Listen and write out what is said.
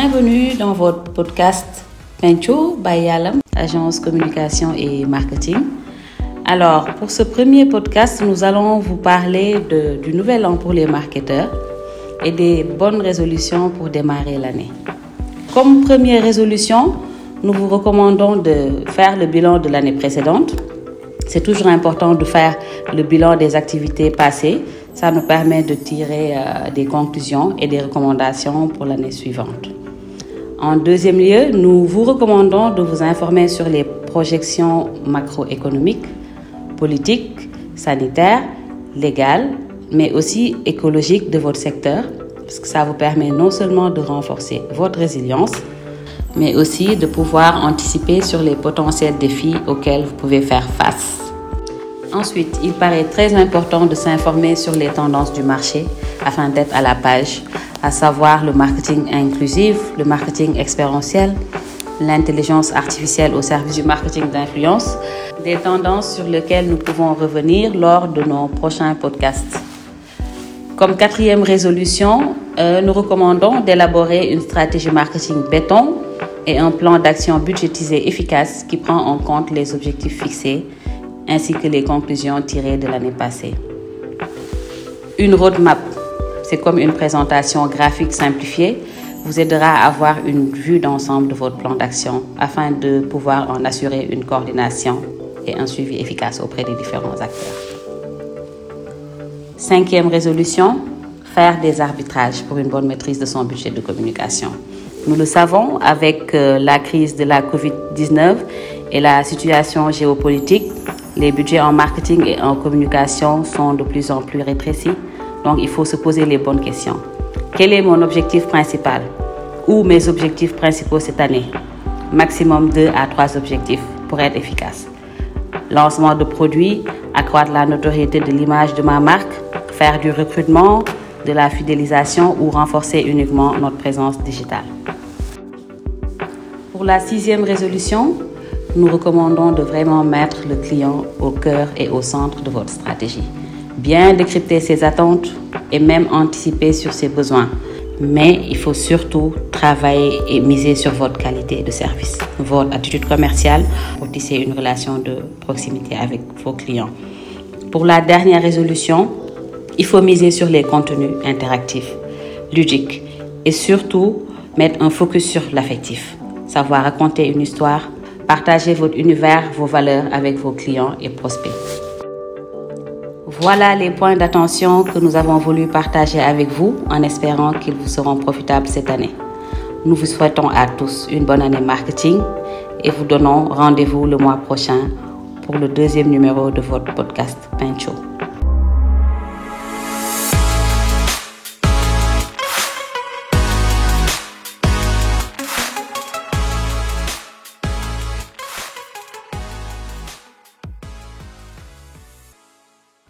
Bienvenue dans votre podcast Pencho by Yalam, agence communication et marketing. Alors, pour ce premier podcast, nous allons vous parler du nouvel an pour les marketeurs et des bonnes résolutions pour démarrer l'année. Comme première résolution, nous vous recommandons de faire le bilan de l'année précédente. C'est toujours important de faire le bilan des activités passées. Ça nous permet de tirer des conclusions et des recommandations pour l'année suivante. En deuxième lieu, nous vous recommandons de vous informer sur les projections macroéconomiques, politiques, sanitaires, légales, mais aussi écologiques de votre secteur, parce que ça vous permet non seulement de renforcer votre résilience, mais aussi de pouvoir anticiper sur les potentiels défis auxquels vous pouvez faire face. Ensuite, il paraît très important de s'informer sur les tendances du marché afin d'être à la page, à savoir le marketing inclusif, le marketing expérientiel, l'intelligence artificielle au service du marketing d'influence, des tendances sur lesquelles nous pouvons revenir lors de nos prochains podcasts. Comme quatrième résolution, nous recommandons d'élaborer une stratégie marketing béton et un plan d'action budgétisé efficace qui prend en compte les objectifs fixés ainsi que les conclusions tirées de l'année passée. Une roadmap, c'est comme une présentation graphique simplifiée, vous aidera à avoir une vue d'ensemble de votre plan d'action afin de pouvoir en assurer une coordination et un suivi efficace auprès des différents acteurs. Cinquième résolution, faire des arbitrages pour une bonne maîtrise de son budget de communication. Nous le savons, avec la crise de la COVID-19 et la situation géopolitique, les budgets en marketing et en communication sont de plus en plus rétrécis. Donc, il faut se poser les bonnes questions. Quel est mon objectif principal? Ou mes objectifs principaux cette année? Maximum 2 à 3 objectifs pour être efficace. Lancement de produits, accroître la notoriété de l'image de ma marque, faire du recrutement, de la fidélisation ou renforcer uniquement notre présence digitale. Pour la 6e résolution, nous recommandons de vraiment mettre le client au cœur et au centre de votre stratégie. Bien décrypter ses attentes et même anticiper sur ses besoins. Mais il faut surtout travailler et miser sur votre qualité de service, votre attitude commerciale pour tisser une relation de proximité avec vos clients. Pour la dernière résolution, il faut miser sur les contenus interactifs, ludiques et surtout mettre un focus sur l'affectif. Savoir raconter une histoire, partager votre univers, vos valeurs avec vos clients et prospects. Voilà les points d'attention que nous avons voulu partager avec vous en espérant qu'ils vous seront profitables cette année. Nous vous souhaitons à tous une bonne année marketing et vous donnons rendez-vous le mois prochain pour le 2e numéro de votre podcast Pencho.